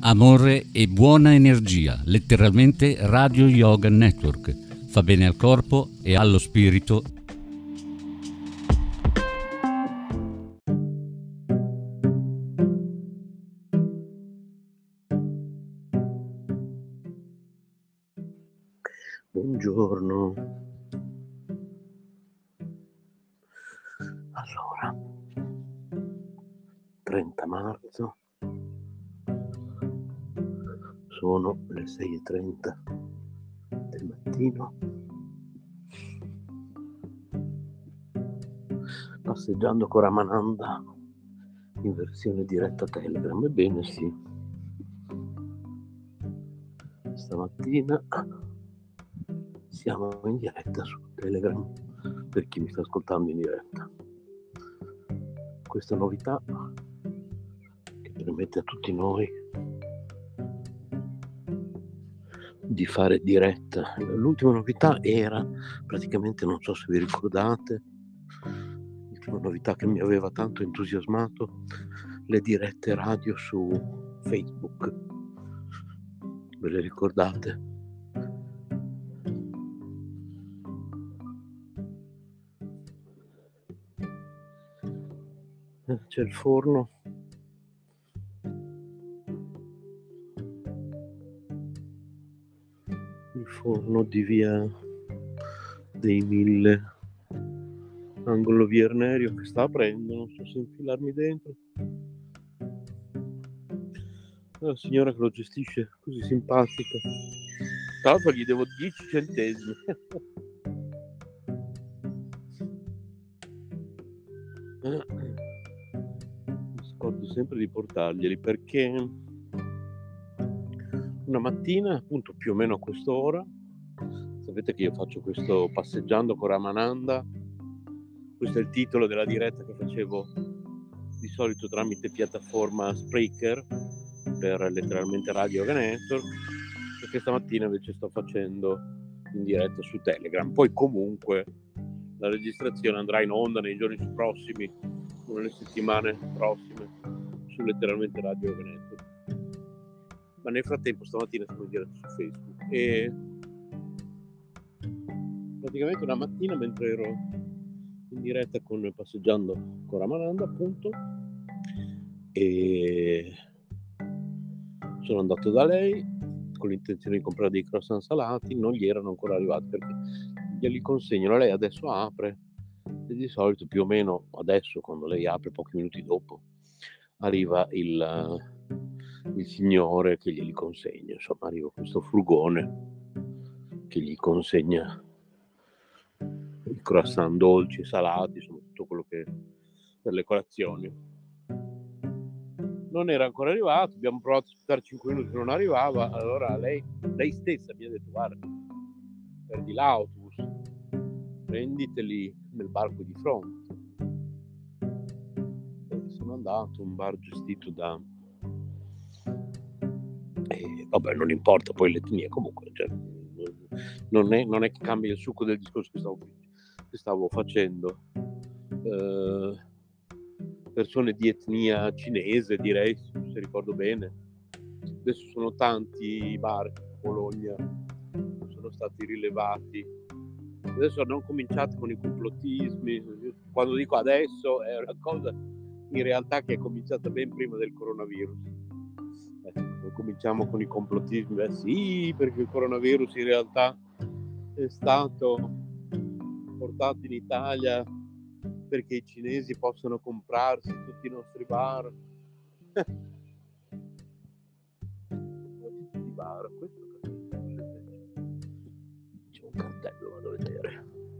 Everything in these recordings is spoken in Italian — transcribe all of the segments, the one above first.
Amore e buona energia, letteralmente Radio Yoga Network. Fa bene al corpo e allo spirito. Buongiorno. Allora, 30 marzo, sono le 6:30 del mattino. Passeggiando con Ramananda in versione diretta Telegram. Ebbene sì, stamattina siamo in diretta su Telegram per chi mi sta ascoltando in diretta. Questa novità che permette a tutti noi di fare diretta. L'ultima novità era praticamente, non so se vi ricordate, l'ultima novità che mi aveva tanto entusiasmato, le dirette radio su Facebook. Ve le ricordate? C'è il forno. Il forno di via dei Mille, angolo via Ernerio, che sta aprendo, non so se infilarmi dentro. La signora che lo gestisce, così simpatica. Tra l'altro gli devo 10 centesimi. Mi scordo sempre di portarglieli, perché una mattina, appunto più o meno a quest'ora, sapete che io faccio questo Passeggiando con Ramananda, questo è il titolo della diretta che facevo di solito tramite piattaforma Spreaker per letteralmente Radio Yoga Network, e che stamattina invece sto facendo in diretta su Telegram. Poi comunque la registrazione andrà in onda nei giorni prossimi, nelle settimane prossime, su letteralmente Radio Yoga Network. Ma nel frattempo stamattina sono in diretta su Facebook, e praticamente una mattina, mentre ero in diretta con Passeggiando con Ramananda, appunto, e sono andato da lei con l'intenzione di comprare dei croissant salati. Non gli erano ancora arrivati, perché glieli consegnano, lei adesso apre, e di solito più o meno adesso, quando lei apre, pochi minuti dopo arriva il signore che glieli consegna. Insomma, arriva questo furgone che gli consegna i croissant dolci, salati, insomma tutto quello che per le colazioni. Non era ancora arrivato, abbiamo provato a aspettare 5 minuti, non arrivava. Allora lei stessa mi ha detto: guarda, perdi l'autobus, prenditeli nel barco di fronte. E sono andato, un bar gestito da vabbè, non importa poi l'etnia, comunque, cioè, non è che cambia il succo del discorso che stavo facendo. Persone di etnia cinese, direi, se ricordo bene. Adesso sono tanti i bar a Bologna, sono stati rilevati. Adesso hanno cominciato con i complottismi. Quando dico adesso è una cosa in realtà che è cominciata ben prima del coronavirus. Cominciamo con i complottismi. Sì, perché il coronavirus in realtà è stato portato in Italia perché i cinesi possono comprarsi tutti i nostri bar. Di bar, questo c'è un cartello, vado a vedere.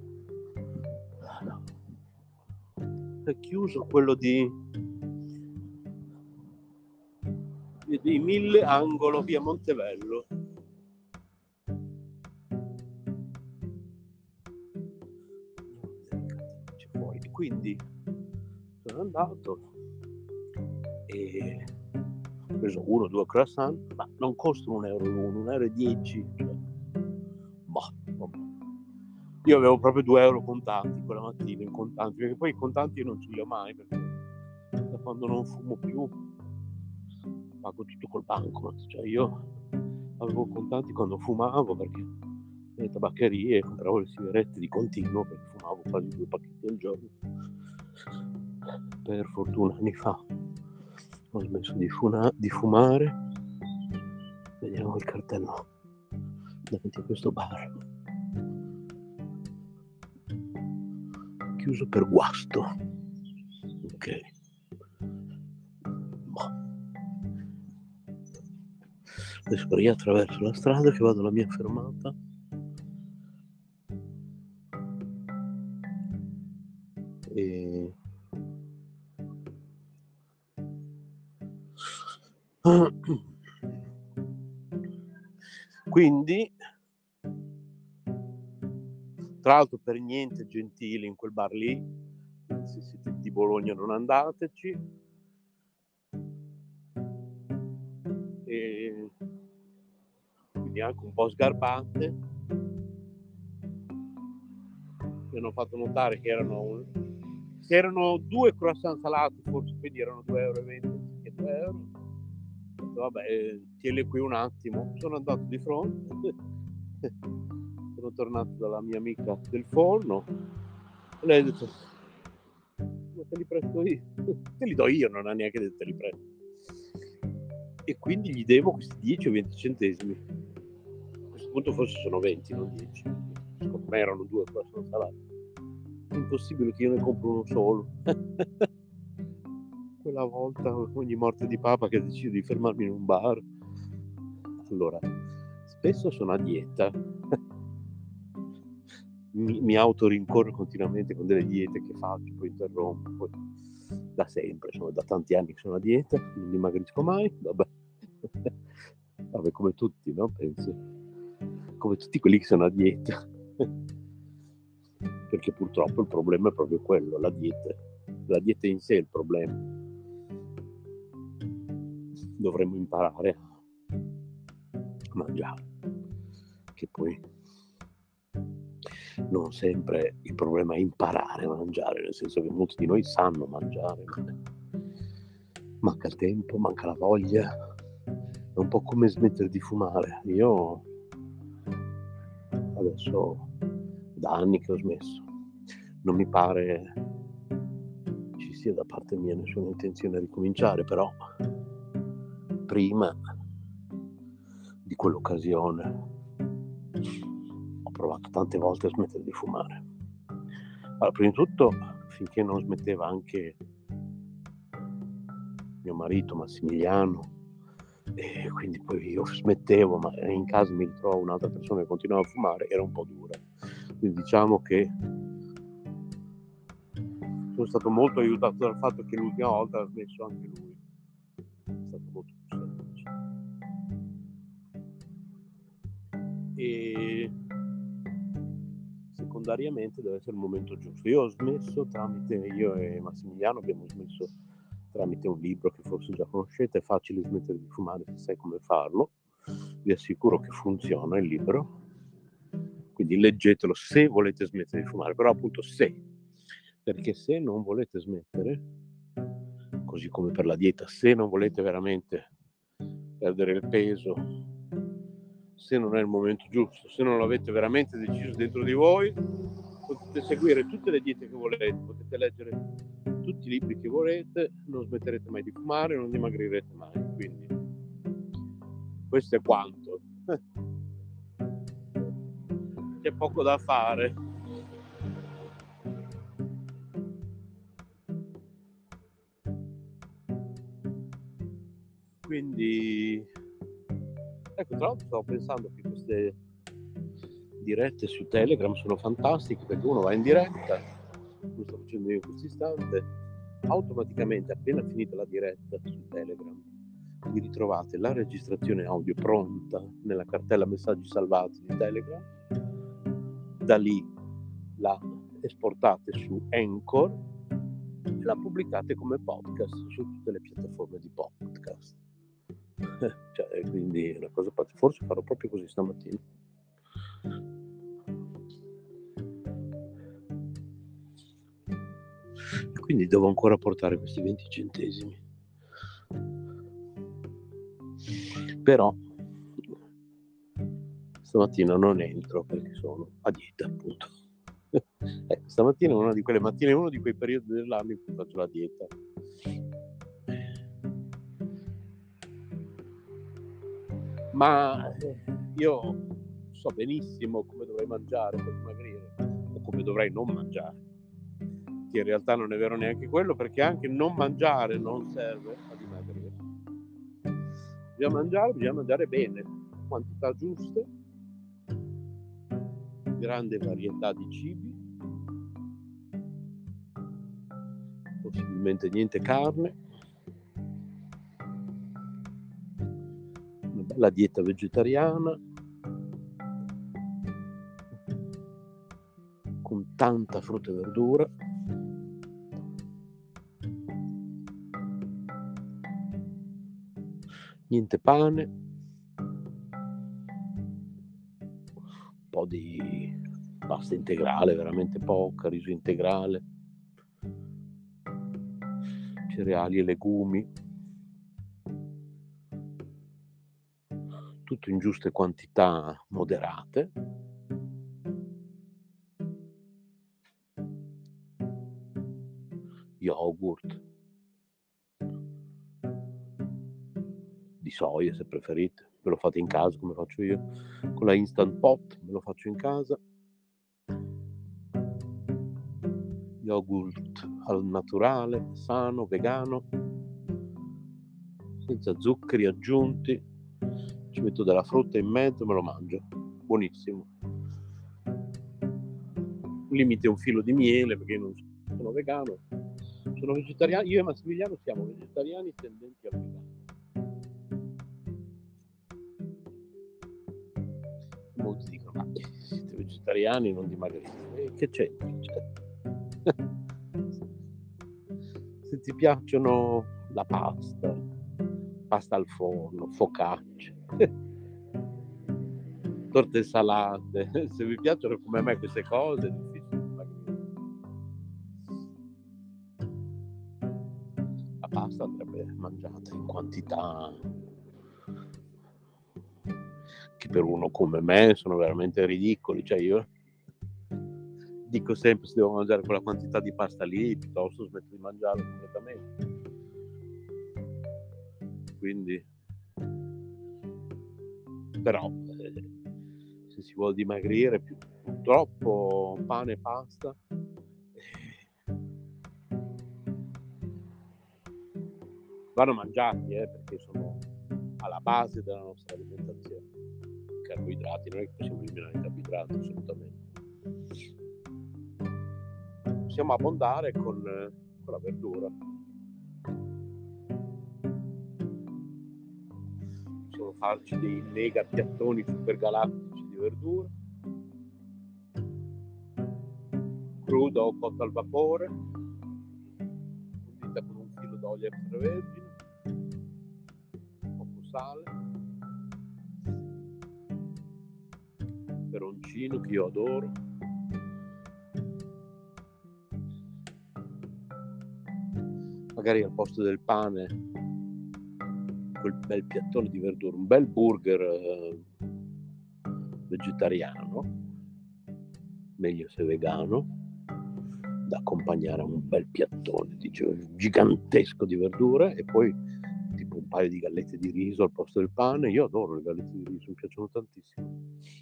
È chiuso quello di dei Mille, angolo via Montevello. C'è fuori. Quindi sono andato e ho preso 1 o 2 croissant, ma non costano €1 l'uno, €1,10. Vabbè. Io avevo proprio €2 contanti quella mattina, in contanti, perché poi i contanti io non ce li ho mai, perché da quando non fumo più pago tutto col bancomat, cioè io avevo contanti quando fumavo, perché nelle tabaccherie compravo le sigarette di continuo, perché fumavo quasi 2 pacchetti al giorno. Per fortuna anni fa ho smesso di fumare. Vediamo il cartello davanti a questo bar. Chiuso per guasto. Ok. Adesso riattraverso la strada che vado alla mia fermata. E quindi, tra l'altro, per niente gentili in quel bar lì, se siete di Bologna non andateci. E quindi anche un po' sgarbante. Mi hanno fatto notare che erano 2 croissant salati, forse, quindi erano 2,20 € anziché 2 euro. Ho detto, vabbè, tieni qui un attimo. Sono andato di fronte, sono tornato dalla mia amica del forno e lei ha detto, ma te li presto io, te li do io, non ha neanche detto te li presto. E quindi gli devo questi 10 o 20 centesimi. A questo punto forse sono 20, non 10. Secondo me erano 2 croissant salati. Impossibile che io ne compro uno solo. Quella volta, ogni morte di papa, che decido di fermarmi in un bar. Allora, spesso sono a dieta. Mi autorincorro continuamente con delle diete che faccio, poi interrompo. Poi, da sempre, insomma, da tanti anni che sono a dieta, non dimagrisco mai. Vabbè, come tutti, no? Penso. Come tutti quelli che sono a dieta. Perché purtroppo il problema è proprio quello, la dieta. La dieta in sé è il problema. Dovremmo imparare a mangiare, che poi non sempre il problema è imparare a mangiare, nel senso che molti di noi sanno mangiare, ma manca il tempo, manca la voglia. È un po' come smettere di fumare. Io adesso da anni che ho smesso, non mi pare ci sia da parte mia nessuna intenzione di ricominciare, però prima di quell'occasione ho provato tante volte a smettere di fumare. Allora, prima di tutto, finché non smetteva anche mio marito Massimiliano, e quindi poi io smettevo, ma in casa mi ritrovo un'altra persona che continuava a fumare, era un po' dura. Quindi diciamo che sono stato molto aiutato dal fatto che l'ultima volta ha smesso anche lui. È stato molto più semplice. E secondariamente deve essere il momento giusto. Io e Massimiliano abbiamo smesso tramite un libro che forse già conoscete, È facile smettere di fumare se sai come farlo. Vi assicuro che funziona il libro, quindi leggetelo se volete smettere di fumare, però appunto perché se non volete smettere, così come per la dieta, se non volete veramente perdere il peso, se non è il momento giusto, se non l'avete veramente deciso dentro di voi, potete seguire tutte le diete che volete, potete leggere tutti i libri che volete, non smetterete mai di fumare, non dimagrirete mai. Quindi questo è quanto. C'è poco da fare. Quindi ecco, tra l'altro stavo pensando che queste dirette su Telegram sono fantastiche, perché uno va in diretta, lo sto facendo io in questo istante, automaticamente appena finita la diretta su Telegram vi ritrovate la registrazione audio pronta nella cartella messaggi salvati di Telegram, da lì la esportate su Anchor e la pubblicate come podcast su tutte le piattaforme di podcast. Cioè, quindi è una cosa, forse farò proprio così stamattina. E quindi devo ancora portare questi 20 centesimi. Però stamattina non entro perché sono a dieta, appunto. Stamattina è una di quelle mattine, uno di quei periodi dell'anno in cui faccio la dieta. Ma io so benissimo come dovrei mangiare per dimagrire o come dovrei non mangiare, che in realtà non è vero neanche quello, perché anche non mangiare non serve a dimagrire. Bisogna mangiare bene, quantità giuste, grande varietà di cibi, possibilmente niente carne, una bella dieta vegetariana con tanta frutta e verdura, niente pane, un po' di pasta integrale, veramente poca, riso integrale, cereali e legumi, tutto in giuste quantità moderate. Yogurt di soia se preferite, ve lo fate in casa come faccio io con la Instant Pot, me lo faccio in casa. Yogurt al naturale, sano, vegano, senza zuccheri aggiunti, ci metto della frutta in mezzo e me lo mangio, buonissimo. Limite un filo di miele perché io non sono vegano, sono vegetariano, io e Massimiliano siamo vegetariani tendenti al vegano. Molti dicono, ma siete vegetariani, non dimagrite, che c'entra? Se ti piacciono la pasta al forno, focacce, torte salate, se vi piacciono come me queste cose è difficile dimagrire. La pasta andrebbe mangiata in quantità che per uno come me sono veramente ridicoli, cioè io dico sempre, se devo mangiare quella quantità di pasta lì, piuttosto smetto di mangiarla completamente. Quindi, però, se si vuole dimagrire, purtroppo pane e pasta vanno mangiati, perché sono alla base della nostra alimentazione. I carboidrati, non è che possiamo eliminare i carboidrati, assolutamente. Possiamo abbondare con la verdura. Possiamo farci dei mega piattoni super galattici di verdura, cruda o cotta al vapore, condita con un filo d'olio extravergine, poco sale, peperoncino che io adoro, magari al posto del pane quel bel piattone di verdura, un bel burger vegetariano, meglio se vegano, da accompagnare a un bel piattone gigantesco di verdure, e poi tipo un paio di gallette di riso al posto del pane. Io adoro le gallette di riso, mi piacciono tantissimo.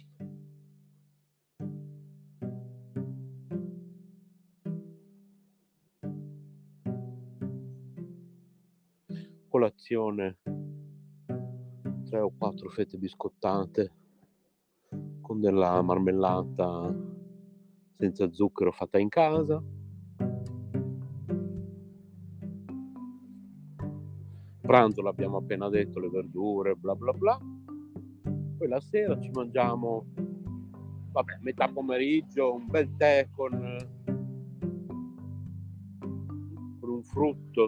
Colazione 3 o 4 fette biscottate con della marmellata senza zucchero fatta in casa. Pranzo l'abbiamo appena detto, le verdure, bla bla bla. Poi la sera ci mangiamo, metà pomeriggio, un bel tè con un frutto.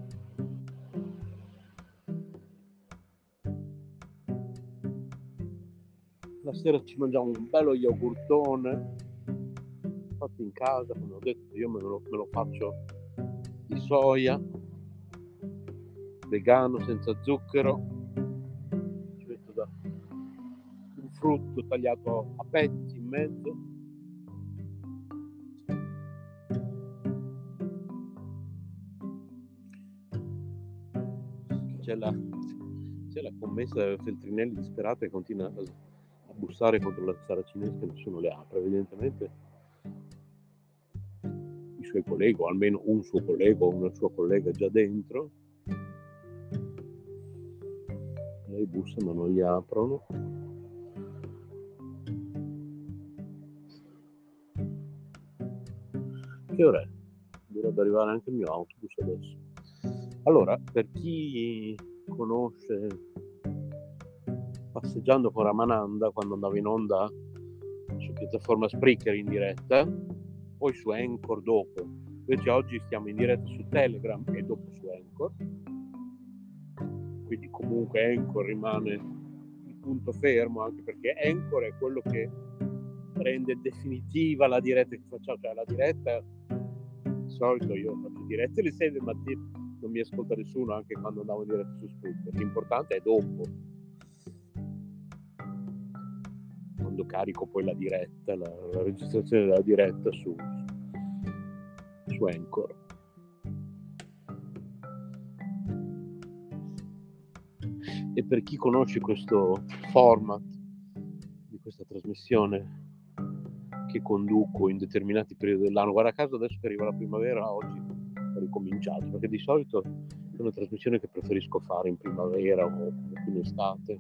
La sera ci mangiamo un bello yogurtone fatto in casa, come ho detto io me lo faccio di soia, vegano, senza zucchero, ci frutto tagliato a pezzi in mezzo. C'è la commessa Feltrinelli disperata e continua a bussare contro la saracinesca e nessuno le apre. Evidentemente i suoi colleghi, o almeno un suo collega o una sua collega è già dentro. Lei bussa ma non gli aprono. Che ora è? Dovrebbe arrivare anche il mio autobus adesso. Allora, per chi conosce Passeggiando con Ramananda, quando andavo in onda su piattaforma Spreaker in diretta, poi su Anchor dopo, invece oggi stiamo in diretta su Telegram e dopo su Anchor, quindi comunque Anchor rimane il punto fermo, anche perché Anchor è quello che rende definitiva la diretta che facciamo, cioè la diretta, di solito io faccio dirette alle 6 del mattino, non mi ascolta nessuno anche quando andavo in diretta su Spreaker, l'importante è dopo, quando carico poi la diretta, la registrazione della diretta su Anchor. E per chi conosce questo format di questa trasmissione che conduco in determinati periodi dell'anno, guarda caso adesso che arriva la primavera, oggi ho ricominciato, perché di solito è una trasmissione che preferisco fare in primavera o comunque in estate.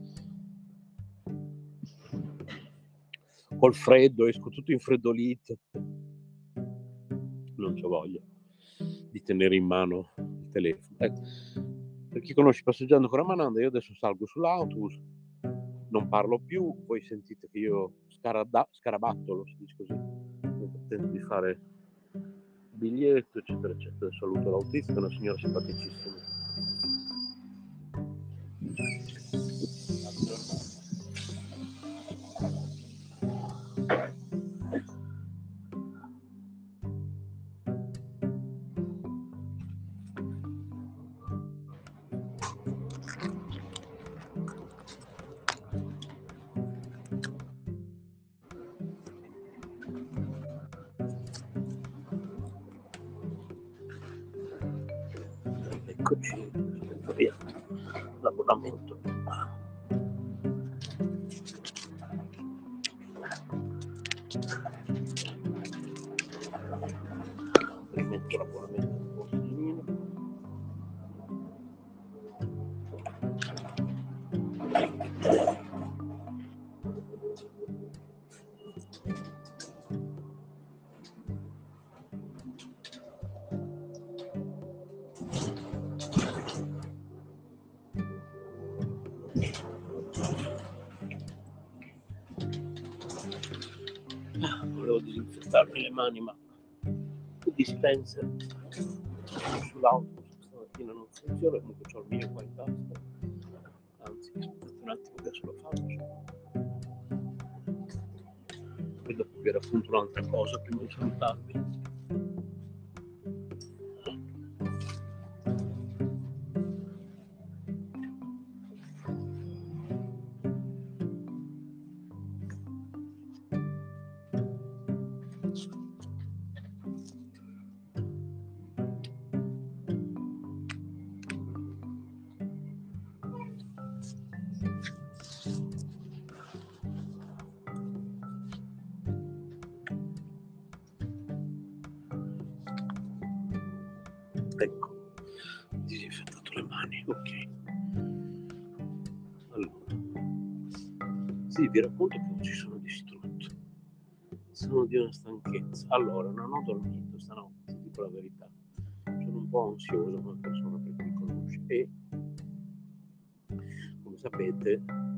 Col freddo esco tutto infreddolito, non c'ho voglia di tenere in mano il telefono. Ecco, per chi conosce Passeggiando con Ramananda, io adesso salgo sull'autobus, non parlo più, voi sentite che io scarabattolo, si dice così, tento di fare biglietto, eccetera, eccetera. Saluto l'autista, una signora simpaticissima. Eccoci, via l'abbonamento. Rimetto l'abbonamento nel postino. Volevo disinfettarmi le mani, ma il dispenser sull'autobus stamattina non funziona, comunque c'ho il mio qua in tasca, anzi aspettate un attimo, adesso lo faccio, poi dopo vi racconto un'altra cosa prima di salutarvi. Ecco, disinfettato le mani, ok. Allora, sì, vi racconto che oggi sono distrutto, sono di una stanchezza. Allora, non ho dormito stanotte, dico la verità, sono un po' ansioso come persona per chi mi conosce e, come sapete,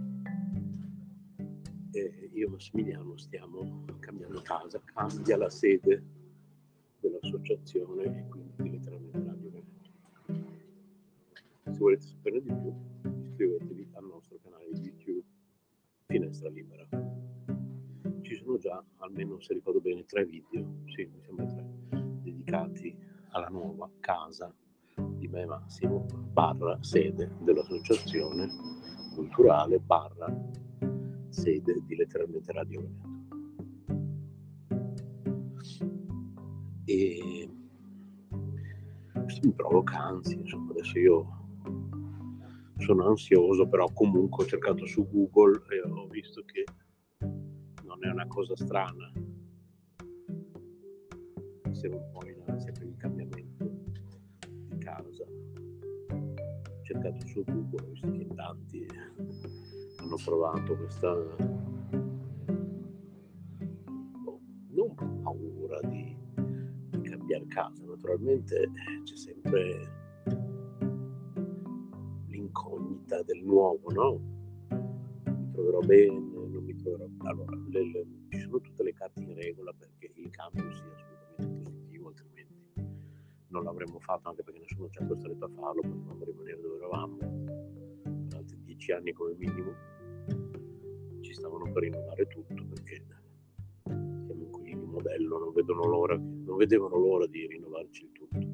io e Massimiliano stiamo cambiando casa, cambia la sede dell'associazione e quindi letteralmente Radio Veneto. Se volete saperne di più, iscrivetevi al nostro canale di YouTube Finestra Libera. Ci sono già, almeno se ricordo bene, 3 video, sì, mi sembra 3, dedicati alla nuova casa di me e Massimo, / sede dell'associazione culturale / sede di letteralmente Radio Veneto. E questo mi provoca ansia, insomma. Adesso io sono ansioso, però comunque ho cercato su Google e ho visto che non è una cosa strana. Siamo un po' in ansia per il cambiamento di casa. Ho cercato su Google, ho visto che in tanti hanno provato questa non paura di cambiare casa. Naturalmente c'è sempre l'incognita del nuovo, no? Mi troverò bene, non mi troverò. Allora, ci sono tutte le carte in regola perché il cambio sia assolutamente positivo, altrimenti non l'avremmo fatto, anche perché nessuno ci ha costretto a farlo, potevamo rimanere dove eravamo per altri 10 anni come minimo. Ci stavano per rinnovare tutto perché siamo inquilini modello, non vedevano l'ora di rinnovarci il tutto.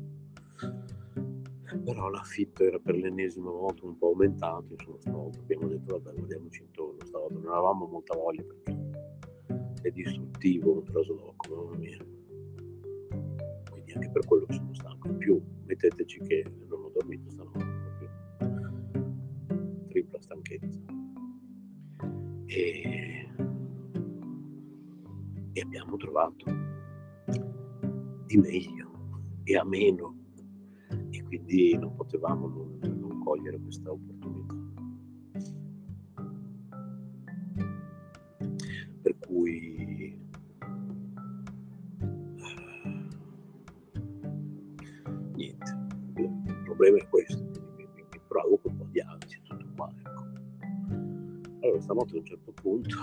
Però l'affitto era per l'ennesima volta un po' aumentato, insomma stavolta abbiamo detto vabbè, guardiamoci intorno, stavolta non avevamo molta voglia perché è distruttivo un trasloco, mamma mia. Quindi anche per quello che sono stanco. In più metteteci che non ho dormito stanotte, proprio tripla stanchezza. E abbiamo trovato di meglio e a meno, e quindi non potevamo non cogliere questa opportunità. Per cui niente, il problema è questo, mi provoca un po' di ansia, tutto qua, ecco. Allora stanotte a un certo punto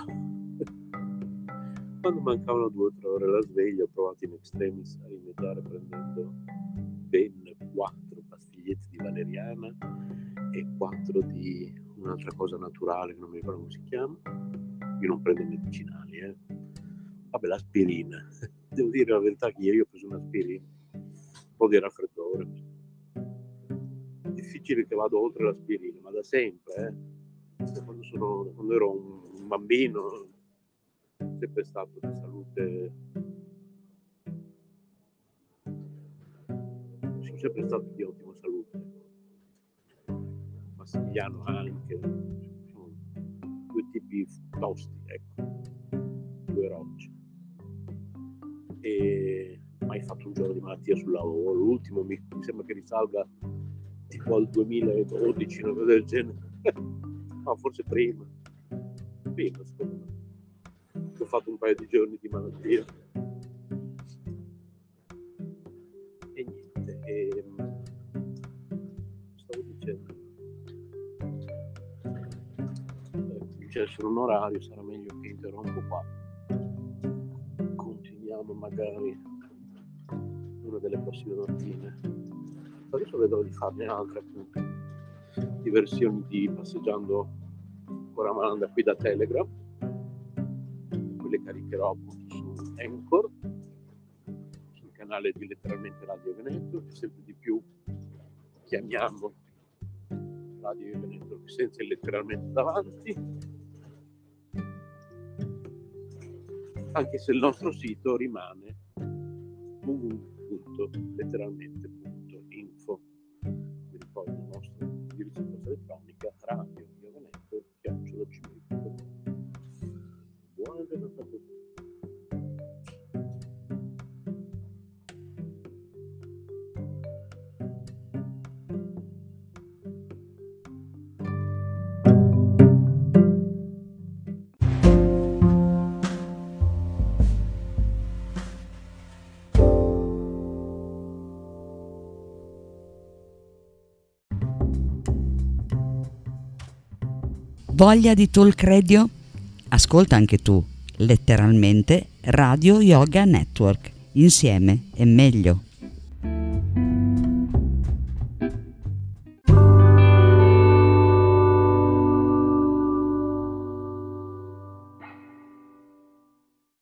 quando mancavano 2 o 3 ore alla sveglia, ho provato in extremis a rimediare prendendo ben 4 pastigliette di valeriana e 4 di un'altra cosa naturale che non mi ricordo come si chiama. Io non prendo medicinali, Vabbè, l'aspirina. Devo dire la verità che ieri ho preso un'aspirina, un po' di raffreddore. Difficile che vado oltre l'aspirina, ma da sempre, quando ero un bambino, sempre stato di salute, sono sempre stato di ottima salute, mastigliano anche, sono 2 tipi tosti, ecco, 2 rocce, e mai fatto un giorno di malattia sul lavoro. L'ultimo mi sembra che risalga tipo al 2012, una cosa del genere, no, forse prima secondo me. Ho fatto un paio di giorni di malattia e niente, stavo dicendo, c'è solo un orario, sarà meglio che interrompo qua, continuiamo magari una delle prossime mattine. Adesso vedrò di farne altre, appunto, di versioni di Passeggiando con Ramananda qui da Telegram. Le caricherò appunto su Anchor, sul canale di letteralmente Radio Veneto, che sempre di più chiamiamo Radio Veneto senza il letteralmente davanti, anche se il nostro sito rimane www.letteralmente.info. Vi ricordo il nostro indirizzo di posta elettronica radioveneto@gmail.com. Buona giornata a tutti. Voglia di talk radio? Ascolta anche tu, letteralmente Radio Yoga Network. Insieme è meglio.